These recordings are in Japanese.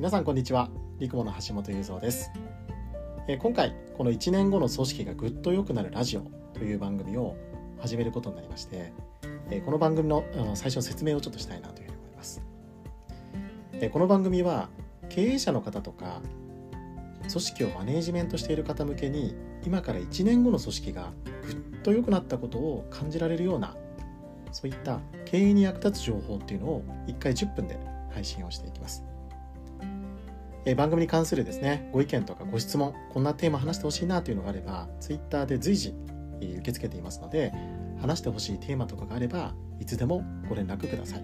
皆さんこんにちは。リクモの橋本雄三です。今回この1年後の組織がぐっと良くなるラジオという番組を始めることになりまして、この番組の最初の説明をちょっとしたいなというふうに思います。この番組は経営者の方とか組織をマネージメントしている方向けに、今から1年後の組織がぐっと良くなったことを感じられるような、そういった経営に役立つ情報っていうのを1回10分で配信をしていきます。番組に関するですね、ご意見とかご質問、こんなテーマ話してほしいなというのがあれば、Twitter で随時受け付けていますので、話してほしいテーマとかがあればいつでもご連絡くださ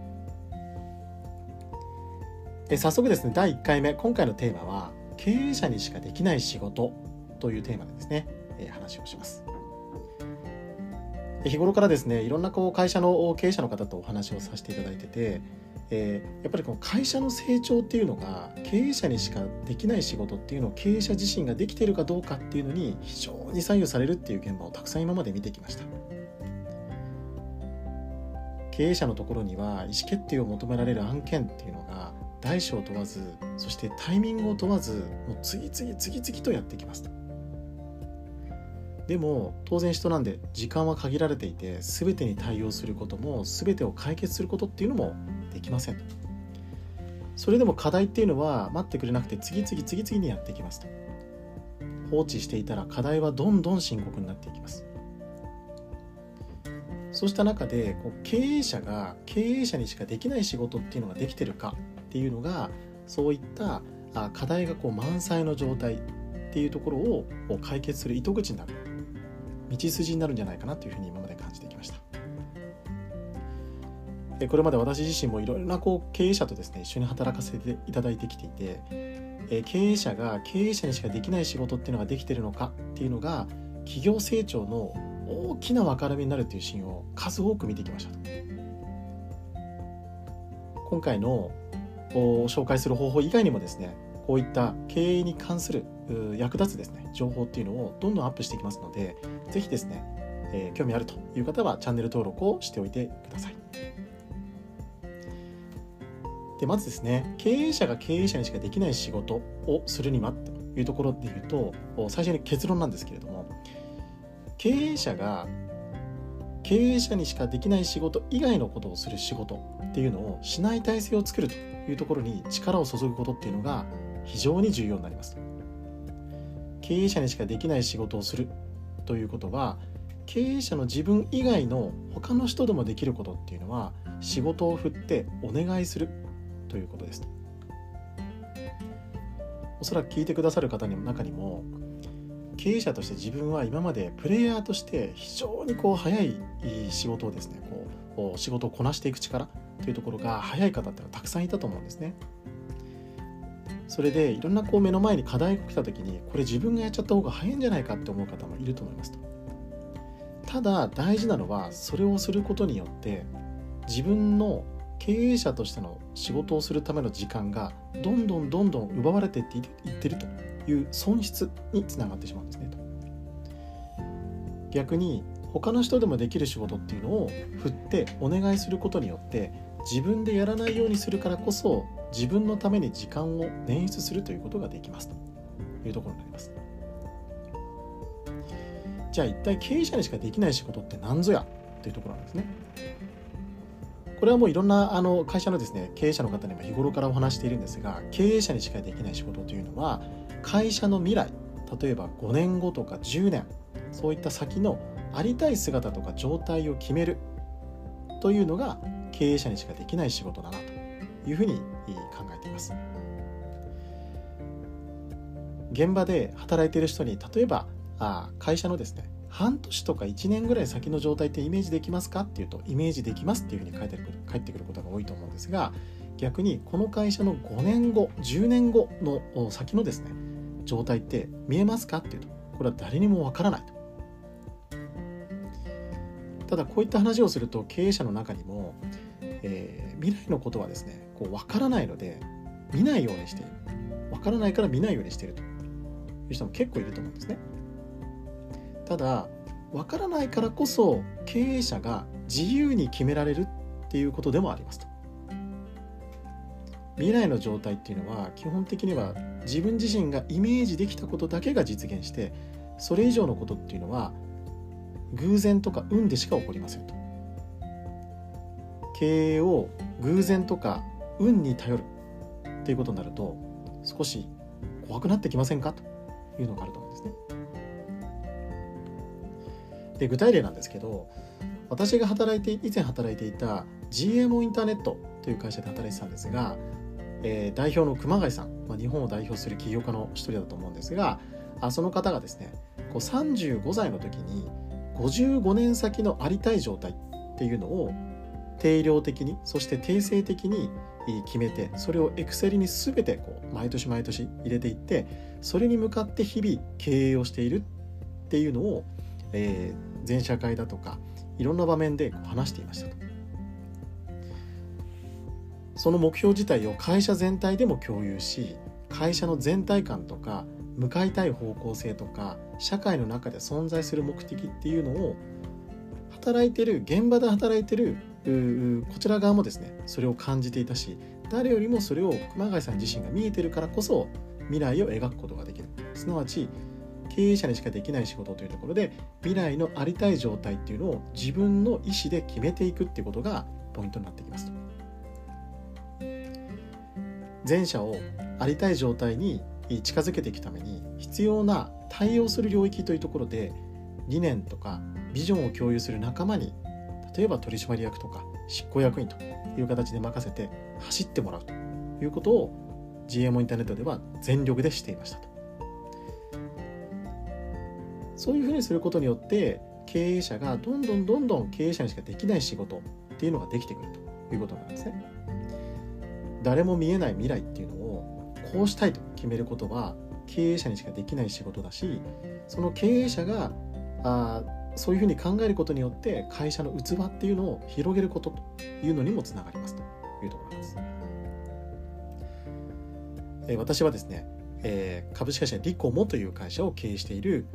い。早速ですね、第1回目、今回のテーマは経営者にしかできない仕事というテーマでですね、話をします。日頃からですね、いろんな会社の経営者の方とお話をさせていただいてて、やっぱりこの会社の成長っていうのが経営者にしかできない仕事っていうのを経営者自身ができているかどうかっていうのに非常に左右されるっていう現場をたくさん今まで見てきました。経営者のところには意思決定を求められる案件っていうのが大小問わず、そしてタイミングを問わず、もう次々とやってきますと。でも当然人なんで時間は限られていて、全てに対応することも全てを解決することっていうのもできませんと。それでも課題っていうのは待ってくれなくて次々にやってきますと。放置していたら課題はどんどん深刻になっていきます。そうした中で経営者が経営者にしかできない仕事っていうのができてるかっていうのが、そういった課題が満載の状態っていうところを解決する糸口になる、道筋になるんじゃないかなというふうに今まで感じてきました。これまで私自身もいろいろな経営者とですね、一緒に働かせていただいてきていて、経営者が経営者にしかできない仕事っていうのができているのかっていうのが企業成長の大きな分かれ目になるというシーンを数多く見てきました。今回の紹介する方法以外にもですね、こういった経営に関する役立つですね、情報っていうのをどんどんアップしていきますので、ぜひですね、興味あるという方はチャンネル登録をしておいてください。でまずですね、経営者が経営者にしかできない仕事をするにはというところでいうと、最初に結論なんですけれども、経営者が経営者にしかできない仕事以外のことをする仕事っていうのをしない体制を作るというところに力を注ぐことっていうのが非常に重要になります。経営者にしかできない仕事をするということは、経営者の自分以外の他の人でもできることっていうのは、仕事を振ってお願いするということです。おそらく聞いてくださる方の中にも、経営者として自分は今までプレイヤーとして非常に早い仕事をですね、仕事をこなしていく力というところが早い方ってのはたくさんいたと思うんですね。それでいろんな目の前に課題が来た時に、これ自分がやっちゃった方が早いんじゃないかって思う方もいると思いますと。ただ大事なのは、それをすることによって自分の経営者としての仕事をするための時間がどんどん奪われていっているという損失につながってしまうんですねと。逆に他の人でもできる仕事っていうのを振ってお願いすることによって、自分でやらないようにするからこそ自分のために時間を捻出するということができますというところになります。じゃあ一体経営者にしかできない仕事って何ぞやというところなんですね。これはもういろんな会社のですね、経営者の方にも日頃からお話しているんですが、経営者にしかできない仕事というのは、会社の未来、例えば5年後とか10年、そういった先のありたい姿とか状態を決めるというのが経営者にしかできない仕事だなというふうに考えています。現場で働いている人に、例えば会社のですね、半年とか1年ぐらい先の状態ってイメージできますかっていうと、イメージできますっていうふうに返ってくることが多いと思うんですが、逆にこの会社の5年後10年後の先のですね、状態って見えますかっていうと、これは誰にもわからないと。ただこういった話をすると、経営者の中にも、未来のことはですね、わからないので見ないようにしている、わからないから見ないようにしているという人も結構いると思うんですね。ただわからないからこそ経営者が自由に決められるっていうことでもありますと。 未来の状態っていうのは基本的には自分自身がイメージできたことだけが実現して、それ以上のことっていうのは偶然とか運でしか起こりませんと。経営を偶然とか運に頼るっていうことになると少し怖くなってきませんかというのがあると思うんですね。で、具体例なんですけど、私が以前働いていた GMO インターネットという会社で働いてたんですが、代表の熊谷さん、日本を代表する起業家の一人だと思うんですが、その方がですね、35歳の時に55年先のありたい状態っていうのを定量的に、そして定性的に決めて、それを Excel に全て毎年毎年入れていって、それに向かって日々経営をしているっていうのを、全社会だとかいろんな場面で話していましたと。その目標自体を会社全体でも共有し、会社の全体感とか向かいたい方向性とか社会の中で存在する目的っていうのを現場で働いてるこちら側もですね、それを感じていたし、誰よりもそれを熊谷さん自身が見えてるからこそ未来を描くことができる。すなわち経営者にしかできない仕事というところで、未来のありたい状態っていうのを自分の意思で決めていくっていうことがポイントになってきますと。前者をありたい状態に近づけていくために必要な対応する領域というところで、理念とかビジョンを共有する仲間に、例えば取締役とか執行役員という形で任せて走ってもらうということを GMO インターネットでは全力でしていましたと。そういうふうにすることによって経営者がどんどん経営者にしかできない仕事っていうのができてくるということなんですね。誰も見えない未来っていうのをこうしたいと決めることは経営者にしかできない仕事だし、その経営者がそういうふうに考えることによって会社の器っていうのを広げることというのにもつながりますというところなんです。私はですね、株式会社リコモという会社を経営している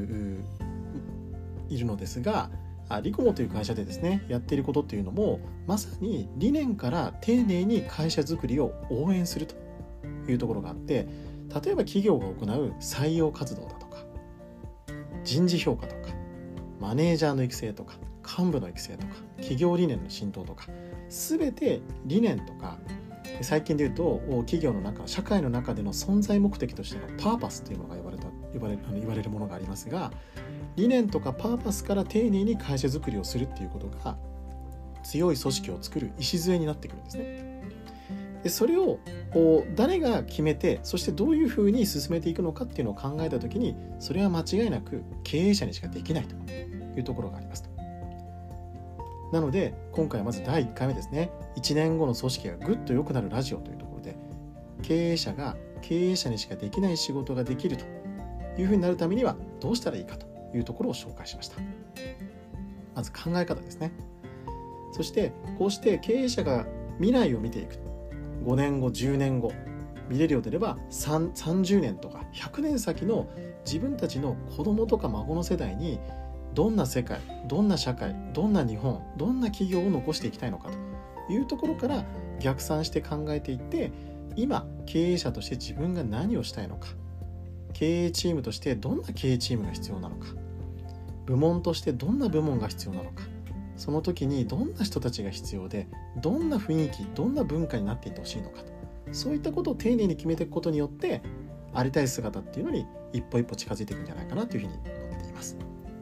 のですが、リコモという会社でですねやっていることっていうのもまさに理念から丁寧に会社づくりを応援するというところがあって、例えば企業が行う採用活動だとか人事評価とかマネージャーの育成とか幹部の育成とか企業理念の浸透とか、全て理念とか、最近で言うと企業の中、社会の中での存在目的としてのパーパスというのが言われるものがありますが、理念とかパーパスから丁寧に会社づくりをするっていうことが強い組織を作る礎になってくるんですね。でそれを誰が決めて、そしてどういうふうに進めていくのかっていうのを考えたときに、それは間違いなく経営者にしかできないというところがありますと。なので今回はまず第1回目ですね、1年後の組織がぐっと良くなるラジオというところで、経営者が経営者にしかできない仕事ができるというふうになるためにはどうしたらいいかというところを紹介しました。まず考え方ですね。そしてこうして経営者が未来を見ていく、5年後10年後見れるようであれば30年とか100年先の自分たちの子供とか孫の世代にどんな世界、どんな社会、どんな日本、どんな企業を残していきたいのかというところから逆算して考えていって、今経営者として自分が何をしたいのか、経営チームとしてどんな経営チームが必要なのか、部門としてどんな部門が必要なのか、その時にどんな人たちが必要で、どんな雰囲気、どんな文化になっていってほしいのかと、そういったことを丁寧に決めていくことによってありたい姿っていうのに一歩一歩近づいていくんじゃないかなというふうに思っています。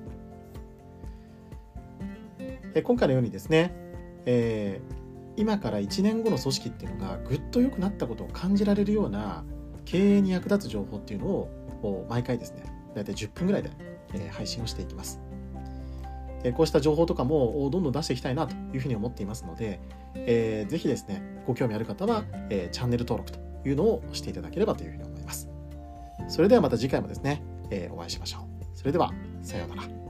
今回のようにですね、今から1年後の組織っていうのがぐっと良くなったことを感じられるような経営に役立つ情報っていうのを毎回ですね、だいたい10分ぐらいで配信をしていきます。こうした情報とかもどんどん出していきたいなというふうに思っていますので、ぜひですね、ご興味ある方は、チャンネル登録というのをしていただければというふうに思います。それではまた次回もですね、お会いしましょう。それでは、さようなら。